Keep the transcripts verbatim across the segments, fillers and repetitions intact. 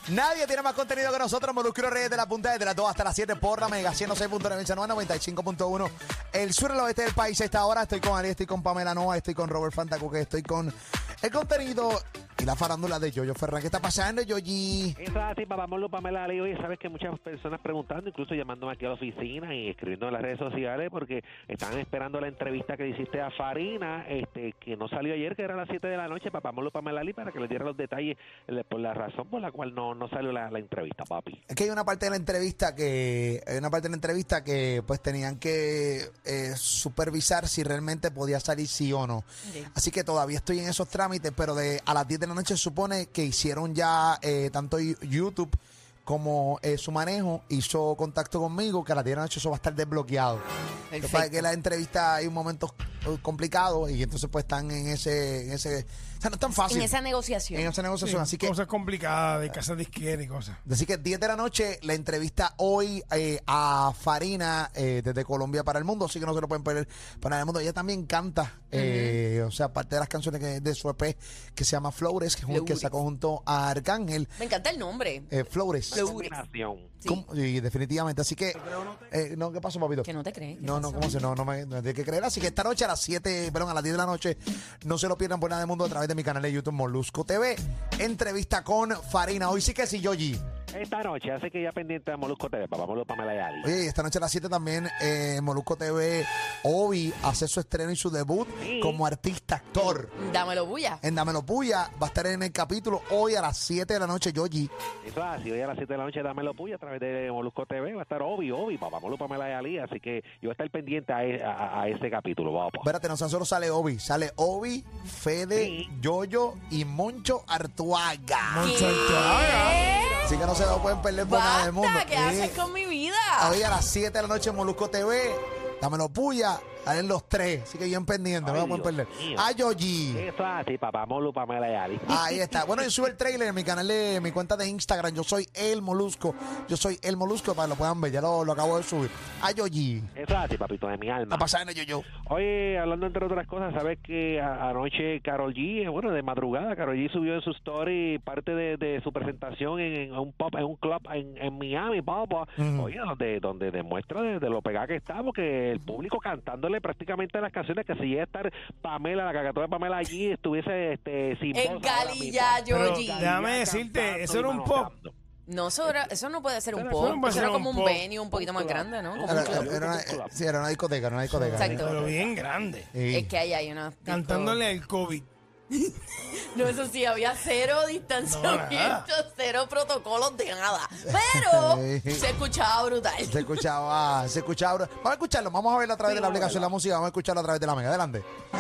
Nadie tiene más contenido que nosotros, Molusco y los Reyes de la Punta, desde las dos hasta las siete por la Mega ciento seis punto nueve, noventa y cinco punto uno. El sur y el oeste del país a esta hora. Estoy con Ari, estoy con Pamela Noa, estoy con Robert Fantacuque, estoy con el contenido y la farándula de Yoyo Ferran. ¿Qué está pasando, Yoyi? Eso es así, papá Molo, Pamela Ali. Oye, sabes que muchas personas preguntando, incluso llamándome aquí a la oficina y escribiendo en las redes sociales porque estaban esperando la entrevista que hiciste a Farina, este, que no salió ayer, que era a las siete de la noche, papá Molo, Pamela Ali, para que les diera los detalles eh, por la razón por la cual no, no salió la, la entrevista, papi. Es que hay una parte de la entrevista que hay una parte de la entrevista que pues tenían que eh, supervisar si realmente podía salir sí o no. Okay. Así que todavía estoy en esos trámites, pero de a las diez de la noche se supone que hicieron ya eh, tanto YouTube como eh, su manejo hizo contacto conmigo, que a las diez de la noche eso va a estar desbloqueado. Lo que pasa es que la entrevista hay un momento complicado y entonces pues están en ese, en ese, o sea, no es tan fácil. En esa negociación. En esa negociación, Sí, así que cosas complicadas de casa de izquierda y cosas. Así que diez de la noche, la entrevista hoy eh, a Farina eh, desde Colombia para el mundo, así que no se lo pueden perder para el mundo. Ella también canta, eh, uh-huh. o sea, parte de las canciones que, de su E P que se llama Flores, que es un que sacó junto a Arcángel. Me encanta el nombre. Eh, Flores. Flores. Sí. Y definitivamente, así que eh, no, ¿qué pasó, papito? Que no te crees. No, no, ¿cómo se? No, no me no tiene que creer. Así que esta noche a las siete, perdón, a las diez de la noche, no se lo pierdan por nada del mundo a través de mi canal de YouTube Molusco T V. Entrevista con Farina. Hoy sí que sí, Yoyi. Esta noche, así que ya pendiente de Molusco T V, papá Molo, Pamela y Ali. Oye, esta noche a las siete también eh, Molusco T V, Obi hace su estreno y su debut sí. como artista actor. Dámelo bulla. En Dámelo Puya va a estar en el capítulo hoy a las siete de la noche, Yoyi. Eso es así, hoy a las siete de la noche Dámelo Puya a través de Molusco T V va a estar Obi, Obi, papá Molo, Pamela y Ali, así que yo voy a estar pendiente a, a, a ese capítulo, papá. Espérate, no solo sale Obi, sale Obi, Fede, sí. Yoyo y Moncho Artuaga. Moncho Artuaga. Así que no se lo pueden perder por nada del mundo. ¿Qué haces con mi vida? Hoy a las siete de la noche en Molusco T V, Dámelo Puya, salen los tres, así que bien pendiente, no me pueden perder. A Yoyi. Eso es así, papá Molo, Pamela y Ali. Ahí está. Bueno, yo subo el trailer en mi canal de mi cuenta de Instagram. Yo soy El Molusco. Yo soy El Molusco para que lo puedan ver. Ya lo, lo acabo de subir. A Yoyi. Eso es así, papito, de mi alma. A pasar en el yo-yo. Oye, hablando entre otras cosas, ¿sabes que a, anoche Karol G, bueno, de madrugada, Karol G subió en su story parte de, de su presentación en, en un pop, en un club en, en Miami, papá. Mm. Oye, donde, donde demuestra de, de lo pegada que está, porque el público cantándole prácticamente las canciones que si llega a estar Pamela, la cagatura de Pamela allí, estuviese este, sin en Galilla, Yoyi. Déjame decirte, eso era un pop. No, eso, era, eso no puede ser un pop. Eso, eso era como un, un venue un poquito un más grande, ¿no? Como era, era, era una, sí, era una discoteca, era una discoteca. Exacto. Pero bien grande. Sí. Es que ahí hay una... Cantándole al COVID. No, eso sí, había cero distanciamiento, no, cero protocolos de nada. Pero sí. se escuchaba brutal. Se escuchaba, se escuchaba brutal. Vamos a escucharlo, vamos a verlo a través sí, de la aplicación de la música, vamos a escucharlo a través de la Mega. Adelante.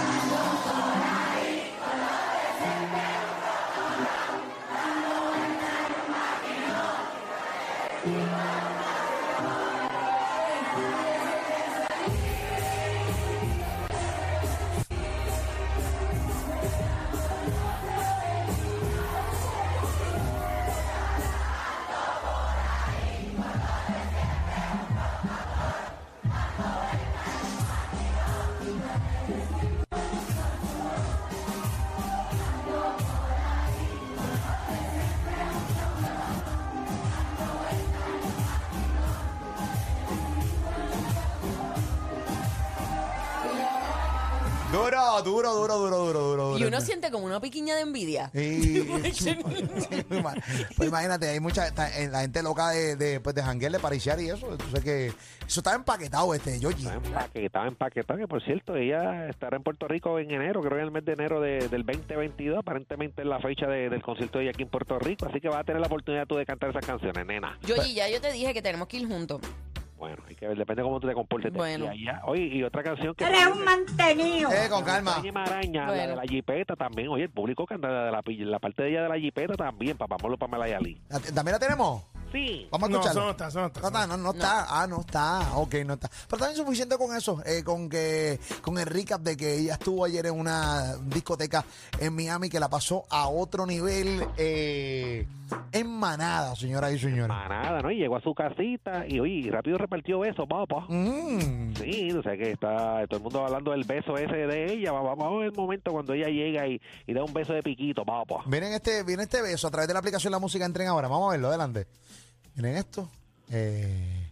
Duro, duro, duro, duro, duro, duro. Y uno siente como una piquiña de envidia. Sí, pues imagínate, hay mucha la gente loca de, de, pues de janguear, de pariciar y eso. Entonces que eso está empaquetado, este, Yoyi. Está empaquetado, empaquetado, que por cierto, ella estará en Puerto Rico en enero, creo que en el mes de enero de, del veinte veintidós, aparentemente es la fecha de, del concierto de ella aquí en Puerto Rico, así que vas a tener la oportunidad tú de cantar esas canciones, nena. Yoyi, ya yo te dije que tenemos que ir juntos. Bueno, hay que ver, depende de cómo tú te comportes. Bueno. Y allá, oye, y otra canción que... Eres un mantenido. Eh, con calma. Maraña, bueno. La de la jipeta también. Oye, el público canta de la, la parte de ella de la jipeta también, papá Molo, Pamela y Ali. ¿También la tenemos? Sí. Vamos a No, escucharlo. eso no está, eso no está. No está, no, no está. Ah, no está. Ok, no está. Pero también suficiente con eso, eh, con que con el recap de que ella estuvo ayer en una discoteca en Miami que la pasó a otro nivel eh, en manada, señoras y señores. Manada, ¿no? Y llegó a su casita y, oye, y rápido repartió besos, papá. Mm. Sí, o sea que está todo el mundo hablando del beso ese de ella. Vamos vamos a ver el momento cuando ella llega y, y da un beso de piquito, papá. Miren este, viene este beso a través de la aplicación La Música Entren ahora. Vamos a verlo, adelante. Miren esto. Eh,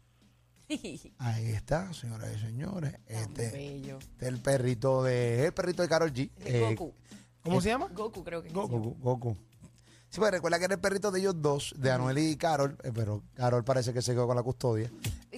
ahí está, señoras y señores. Este, bello. este es el perrito de el perrito de Karol G. De Eh, Goku. ¿Cómo se llama? Goku creo que Goku. Goku, Goku. Sí, pues recuerda que era el perrito de ellos dos, de Anuel y Carol, eh, pero Carol parece que se quedó con la custodia.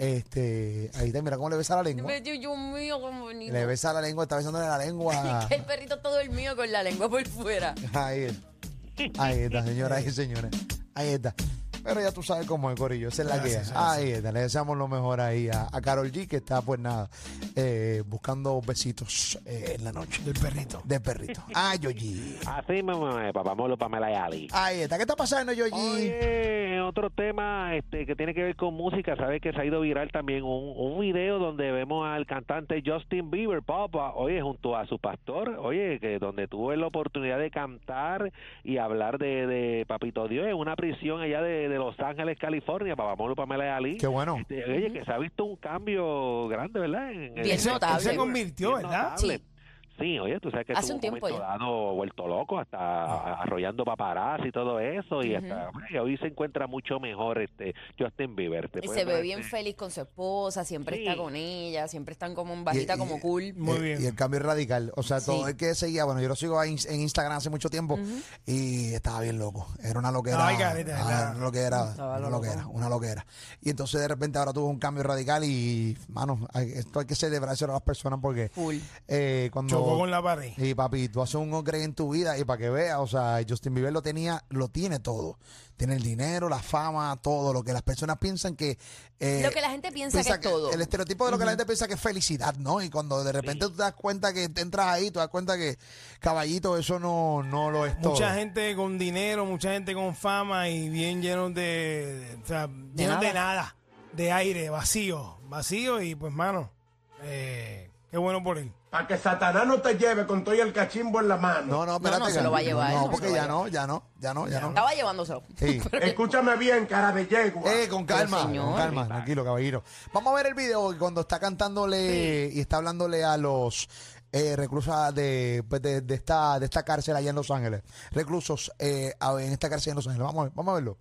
Este, ahí está, mira cómo le besa la lengua. Dios Dios mío, qué bonito. Le besa la lengua, está besándole la lengua. Que el perrito todo el mío con la lengua por fuera. Ahí está. Ahí está, señoras y señores. Ahí está. Pero ya tú sabes cómo es, Corillo. Esa es la que es. Ahí está. Le deseamos lo mejor ahí a, a Karol G, que está, pues nada, eh, buscando besitos eh, en la noche. Del perrito. De perrito. Ah, Yoyi. Así, mamá, papá Molo, Pamela y Ali. Ahí está. ¿Qué está pasando, Yoyi? Oye, otro tema este que tiene que ver con música, sabes que se ha ido viral también un, un video donde vemos al cantante Justin Bieber, papá, oye, junto a su pastor, oye, que donde tuve la oportunidad de cantar y hablar de, de Papito Dios en una prisión allá de, de Los Ángeles, California, papá Molo, Pamela y Ali. Qué bueno. Este, oye, que se ha visto un cambio grande, ¿verdad? En, en- Bien en- notable. Él se convirtió, bien ¿verdad? notable. Sí. Sí, oye, tú sabes que Hace estuvo un tiempo momento ya. dado vuelto loco, hasta arrollando paparazzi y todo eso, y hasta y hoy se encuentra mucho mejor este Justin Bieber. ¿te Y puedes se ve ver, bien este? feliz con su esposa, siempre Sí. está con ella, siempre están como en bajita, Y- y- como cool. Muy Eh, bien. Y el cambio es radical. O sea, todo Sí. el que seguía, bueno, yo lo sigo en en Instagram hace mucho tiempo y estaba bien loco. Era una loquera. Ay, careta, ah, ¿verdad? una loquera, Estaba una loco. loquera, una loquera. Y entonces de repente ahora tuvo un cambio radical y, mano, hay- esto hay que celebrárselo a las personas porque Full. eh, cuando... Chocó con la pared. Y papi, tú haces un upgrade en tu vida y para que veas, o sea, Justin Bieber lo tenía, lo tiene todo. Tiene el dinero, la fama, todo lo que las personas piensan que... eh, Lo que la gente piensa que es todo. El estereotipo de lo que la gente piensa que es felicidad, ¿no? Y cuando de repente tú te das cuenta que te entras ahí, tú te das cuenta que, caballito, eso no, no lo es todo. Mucha gente con dinero, mucha gente con fama y bien llenos de, de- o sea, llenos de nada, de aire, vacío, vacío y pues mano, eh, qué bueno por él. Para que Satanás no te lleve con todo y el cachimbo en la mano. No, no, espérate. no, se que- lo va a llevar, No, no se porque lo va ya a no, ya no, ya no, ya no. Estaba llevándoselo. Sí. Escúchame bien, cara de yegua. Eh, con calma, señor. con calma, tranquilo, caballero. Vamos a ver el video cuando está cantándole y está hablándole a los eh, reclusos de, pues, de, de esta, de esta cárcel allá en Los Ángeles. Reclusos eh, a- en esta cárcel en Los Ángeles. Vamos a ver, vamos a verlo.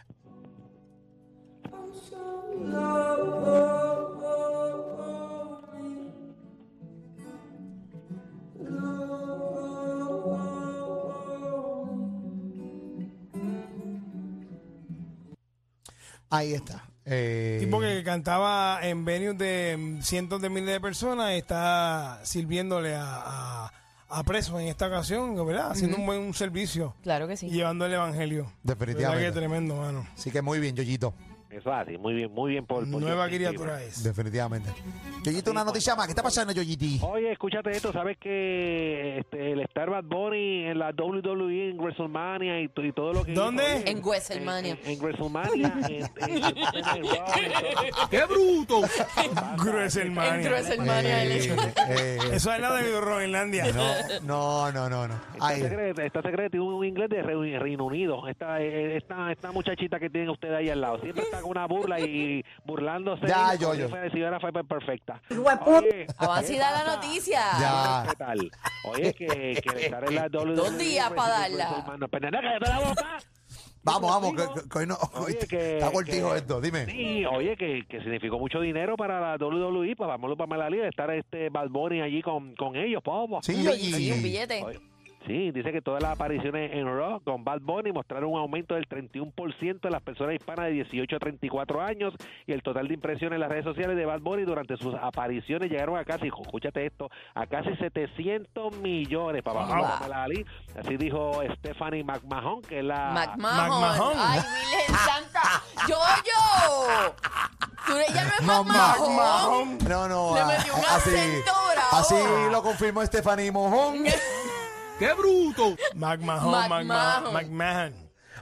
Ahí está. Eh, Tipo que cantaba en venues de mm, cientos de miles de personas, está sirviéndole a, a, a presos en esta ocasión, ¿verdad? Haciendo un buen servicio Claro que y sí. llevando el evangelio. Definitivamente. ¿Verdad que tremendo, mano? Así que muy bien, Yoyito. Eso es así, muy bien, muy bien por, por Nueva Justin criatura Bieber. es. Definitivamente. Yoyito, una noticia más. ¿Qué está pasando, Yoyiti? Oye, escúchate esto, ¿sabes que este, el Star Bad Bunny en la W W E, en WrestleMania y, to- y todo lo que ¿Dónde? hizo, oye, En WrestleMania. En, en- en WrestleMania. en, en- en- en Raw, en- ¡Qué bruto! WrestleMania. En WrestleMania. él Eh, hizo- eh, Eso es la de Groenlandia. no, no, no, no. Esta Ahí. secreta, esta secreta tiene un inglés de Re- Reino Unido. Esta, eh, esta, esta muchachita que tiene usted ahí al lado. Siempre está con una burla y burlándose. Ya, de ella, yo, como yo. si fuera- si fuera fue perfecta. Oye, Avanza y da la noticia. Ya. ¿qué tal? Oye, que, que estar en la W W E. Dos días pa' darla. Hermano, pendeja, cállate la boca. Vamos, vamos, Digo, que, que hoy no. Oye, Oíste, que- está cortijo que- esto, dime. Sí, oye, que, que significó mucho dinero para la W W E, para vámonos para Melali, de estar este Bad Bunny allí con, con ellos, popo. Sí, Sí, Yoyi. un billete. Oye, sí, dice que todas las apariciones en Raw con Bad Bunny mostraron un aumento del treinta y uno por ciento de las personas hispanas de dieciocho a treinta y cuatro años y el total de impresiones en las redes sociales de Bad Bunny durante sus apariciones llegaron a casi, escúchate esto, a casi setecientos millones para Wow. bajar la Ali. Así dijo Stephanie McMahon, que es la... McMahon. McMahon. Ay, Virgen Santa. Yo, yo. Tú ya no es McMahon. McMahon. No, no. Le ah, metió un así, acento bravo. así lo confirmó Stephanie Mojón. ¡Qué bruto! McMahon, McMahon. McMahon, McMahon.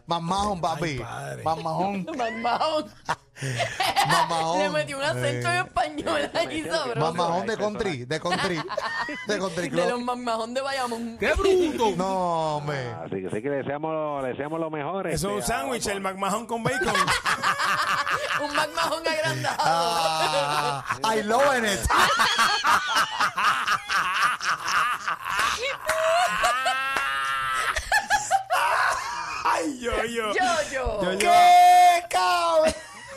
Mamajón, papi. padre. Mamajón. Mamajón. Mamajón. Le metió un acento en Eh. español ahí sabroso. Mamajón de country, de country. De country De los club. mamajón de Bayamón. ¡Qué bruto! No, hombre. Así que sí que le deseamos, le deseamos lo mejor. Eso es un este, a- sándwich, el McMahon con bacon. Un mamajón agrandado. Ah, I love it. Ay, yo, yo. Yo, yo. Yo, yo. ¡Qué cabrón!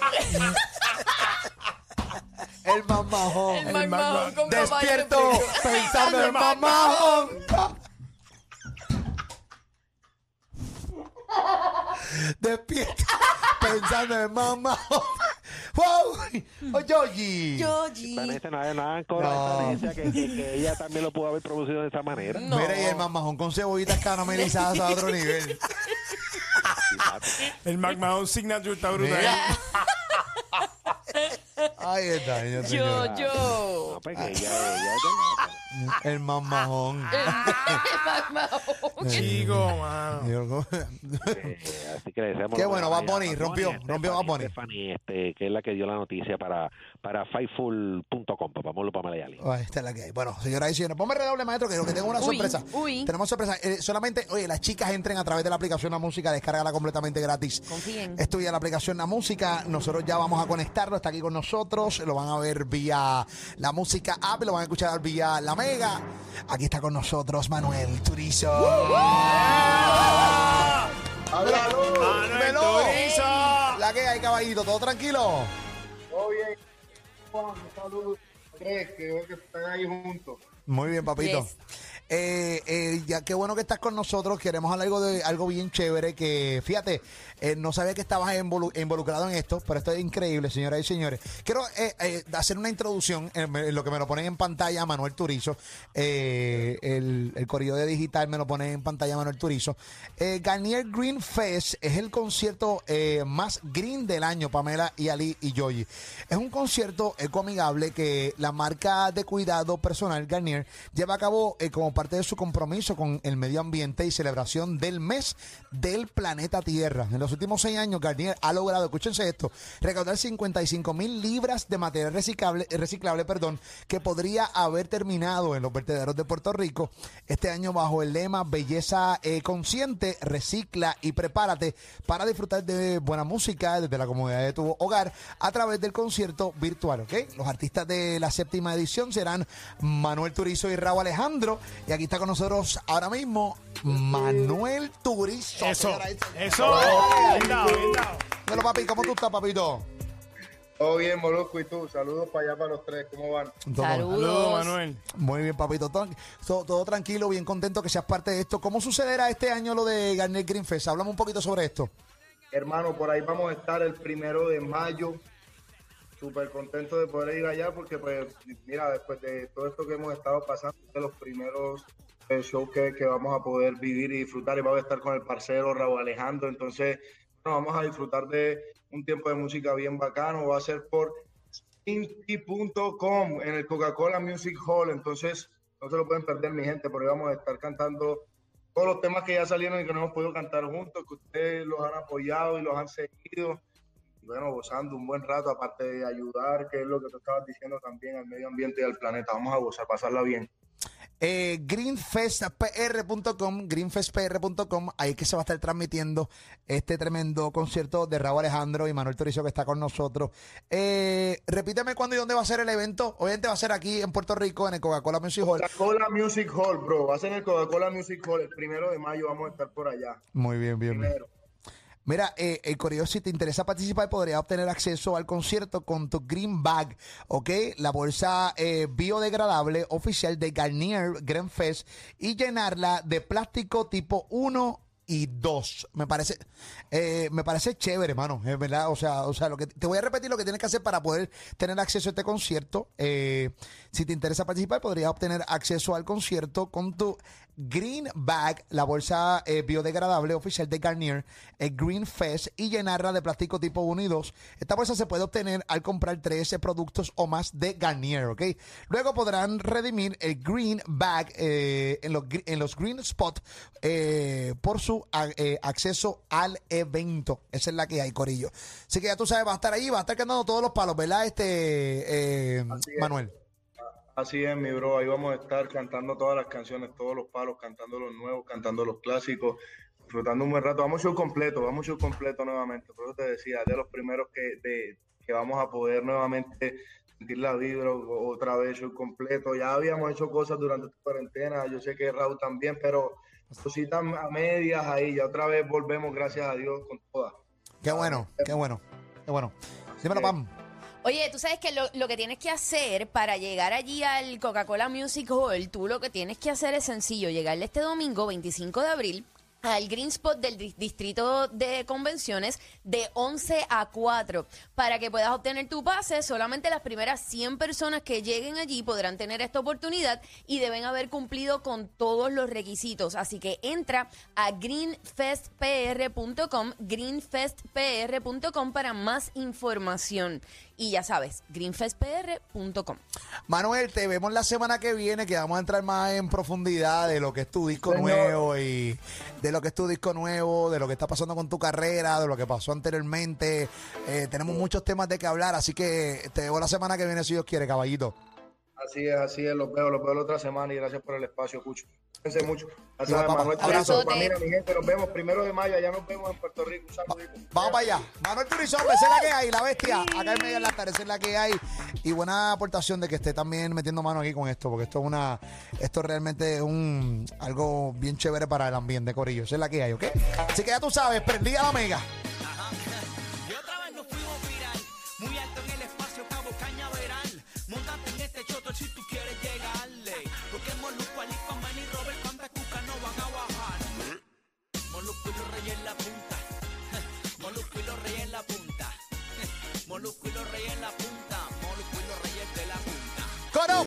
El mamajón. El mamajón con caballo de Despierto pico. pensando en mamajón. Despierto pensando en mamajón. ¡Wow! ¡Oh, Yogi! Yogi. Vanessa, no hagan- no hagan coro No. a Vanessa, que, que, que ella también lo pudo haber producido de esa manera. No. Mira, y el mamajón con cebollitas caramelizadas a otro nivel. El McMahon Signature está brutal. Mira. Ahí está, señor, Yo, señora. yo. No, pues que ella, ella es de- El mamajón. Mamajón. Chico, mano. Yo- Eh, así que le deseamos Qué lo bueno, mejor. Bad Bunny, Bad rompió, Stephanie, rompió Bad Bunny. Stephanie, este, que es la que dio la noticia para, para fightful punto com, papá Molo para Malayali. Ahí está la que hay. Bueno, señoras y señores, ponme redoble, maestro, que creo que tengo una Uy, sorpresa. uy. Tenemos sorpresa. Eh, solamente, oye, las chicas entren a través de la aplicación La Música, descárgala completamente gratis. Confíen. Estudia la aplicación La Música. Nosotros ya vamos a conectarlo. Está aquí con nosotros. Lo van a ver vía La Música App. Lo van a escuchar vía La Mega. Aquí está con nosotros Manuel Turizo. Manuel Dímelo. Turizo. La que hay, caballito. ¿Todo tranquilo? Todo bien. Juan, un saludo. Tres, que veo que están ahí juntos. Muy bien, papito. Yes. Eh, eh, ya qué bueno que estás con nosotros. Queremos hablar algo de algo bien chévere que, fíjate, eh, no sabía que estabas involu- involucrado en esto, pero esto es increíble, señoras y señores. Quiero eh, eh, hacer una introducción en, en lo que me lo ponen en pantalla Manuel Turizo. Eh, el, el corrido de digital me lo pone en pantalla Manuel Turizo. Eh, Garnier Green Fest es el concierto eh, más green del año, Pamela y Ali y Yoyi. Es un concierto ecoamigable que la marca de cuidado personal Garnier lleva a cabo eh, como parte de su compromiso con el medio ambiente y celebración del mes del planeta Tierra. En los últimos seis años, Garnier ha logrado, escúchense esto, recaudar cincuenta y cinco mil libras de material reciclable, reciclable perdón, que podría haber terminado en los vertederos de Puerto Rico. Este año, bajo el lema Belleza eh, Consciente, recicla y prepárate para disfrutar de buena música desde la comodidad de tu hogar a través del concierto virtual. ¿Ok? Los artistas de la séptima edición serán Manuel Turizo y Raúl Alejandro. Y aquí está con nosotros ahora mismo Manuel Turizo. Eso, señoras y señores. eso. Bien dado, bien dado. Dímelo, papi, ¿cómo tú estás, papito? Todo bien, Molusco, y tú. Saludos para allá, para los tres. ¿Cómo van? Todo- Saludos. Saludos, Manuel. Muy bien, papito. Todo, todo- todo tranquilo, bien contento que seas parte de esto. ¿Cómo sucederá este año lo de Garnier Green Fest? Háblame un poquito sobre esto. Hermano, por ahí vamos a estar el primero de mayo. Súper contento de poder ir allá porque, pues, mira, después de todo esto que hemos estado pasando, de los primeros eh, shows que, que vamos a poder vivir y disfrutar, y vamos a estar con el parcero Raúl Alejandro. Entonces, bueno, vamos a disfrutar de un tiempo de música bien bacano. Va a ser por Inti punto com en el Coca-Cola Music Hall. Entonces, no se lo pueden perder, mi gente, porque vamos a estar cantando todos los temas que ya salieron y que no hemos podido cantar juntos, que ustedes los han apoyado y los han seguido. Y bueno, gozando un buen rato, aparte de ayudar, que es lo que tú estabas diciendo también, al medio ambiente y al planeta. Vamos a gozar, pasarla bien. Eh, greenfest p r punto com, greenfest p r punto com, ahí que se va a estar transmitiendo este tremendo concierto de Raúl Alejandro y Manuel Turizo que está con nosotros. Eh, repíteme cuándo y dónde va a ser el evento. Obviamente va a ser aquí en Puerto Rico, en el Coca-Cola Music Hall. Coca-Cola Music Hall, bro. Va a ser en el Coca-Cola Music Hall. El primero de mayo vamos a estar por allá. Muy bien, bien, bien. Primero. Mira, eh, el correo, si te interesa participar, podrías obtener acceso al concierto con tu Green Bag, ¿ok? La bolsa eh, biodegradable oficial de Garnier Green Fest y llenarla de plástico tipo uno y dos. Me parece eh, me parece chévere, hermano, es verdad. O sea, o sea, lo que te voy a repetir lo que tienes que hacer para poder tener acceso a este concierto. Eh, si te interesa participar, podrías obtener acceso al concierto con tu Green Bag, la bolsa eh, biodegradable oficial de Garnier, el Green Fest y llenarla de plástico tipo uno y dos. Esta bolsa se puede obtener al comprar trece productos o más de Garnier, ¿ok? Luego podrán redimir el Green Bag eh, en, los, en los Green Spot eh, por su a, eh, acceso al evento. Esa es la que hay, corillo. Así que ya tú sabes, va a estar ahí, va a estar cantando todos los palos, ¿verdad, este eh, Manuel? Así es, mi bro, ahí vamos a estar cantando todas las canciones, todos los palos, cantando los nuevos, cantando los clásicos, disfrutando un buen rato. Vamos a show completo, vamos a show completo nuevamente. Por eso te decía, de los primeros que, de, que vamos a poder nuevamente sentir la vibra otra vez, show completo. Ya habíamos hecho cosas durante esta cuarentena, yo sé que Raúl también, pero cositas a medias ahí, ya otra vez volvemos, gracias a Dios, con todas. Qué bueno, qué bueno, qué bueno. Dímelo, Pam. Oye, tú sabes que lo, lo que tienes que hacer para llegar allí al Coca-Cola Music Hall, tú lo que tienes que hacer es sencillo, llegarle este domingo veinticinco de abril al Green Spot del di- Distrito de Convenciones de once a cuatro. Para que puedas obtener tu pase, solamente las primeras cien personas que lleguen allí podrán tener esta oportunidad y deben haber cumplido con todos los requisitos. Así que entra a green fest p r punto com, green fest p r punto com para más información. Y ya sabes, green fest p r punto com. Manuel, te vemos la semana que viene, que vamos a entrar más en profundidad de lo que es tu disco Señor. nuevo y de lo que es tu disco nuevo, de lo que está pasando con tu carrera, de lo que pasó anteriormente. Eh, tenemos muchos temas de que hablar, así que te veo la semana que viene si Dios quiere, caballito. Así es, así es, los veo, los veo la otra semana y gracias por el espacio, Cucho. Cuídense mucho. Gracias Igual, a papá. Manuel Abrazote. Turizo. Familia, mi gente, nos vemos primero de mayo, allá nos vemos en Puerto Rico. Un saludito. Vamos para allá. Manuel Turizón, esa es la que hay, la bestia. Acá en medio de la tarde, esa es la que hay. Y buena aportación de que esté también metiendo mano aquí con esto, porque esto es una, esto realmente es un algo bien chévere para el ambiente, corillo. Esa es la que hay, ¿ok? Así que ya tú sabes, prendida la mega. Y otra vez nos fuimos viral, muy alto en el espacio, Cabo Cañaveral. Móntate en este choto si tú quieres llegarle. Porque Molusco, Alifa, Manny, Robert, Panda, Cuca no van a bajar. Molusco y los reyes en la punta. Molusco y los reyes en la punta. Molusco y los reyes en la punta.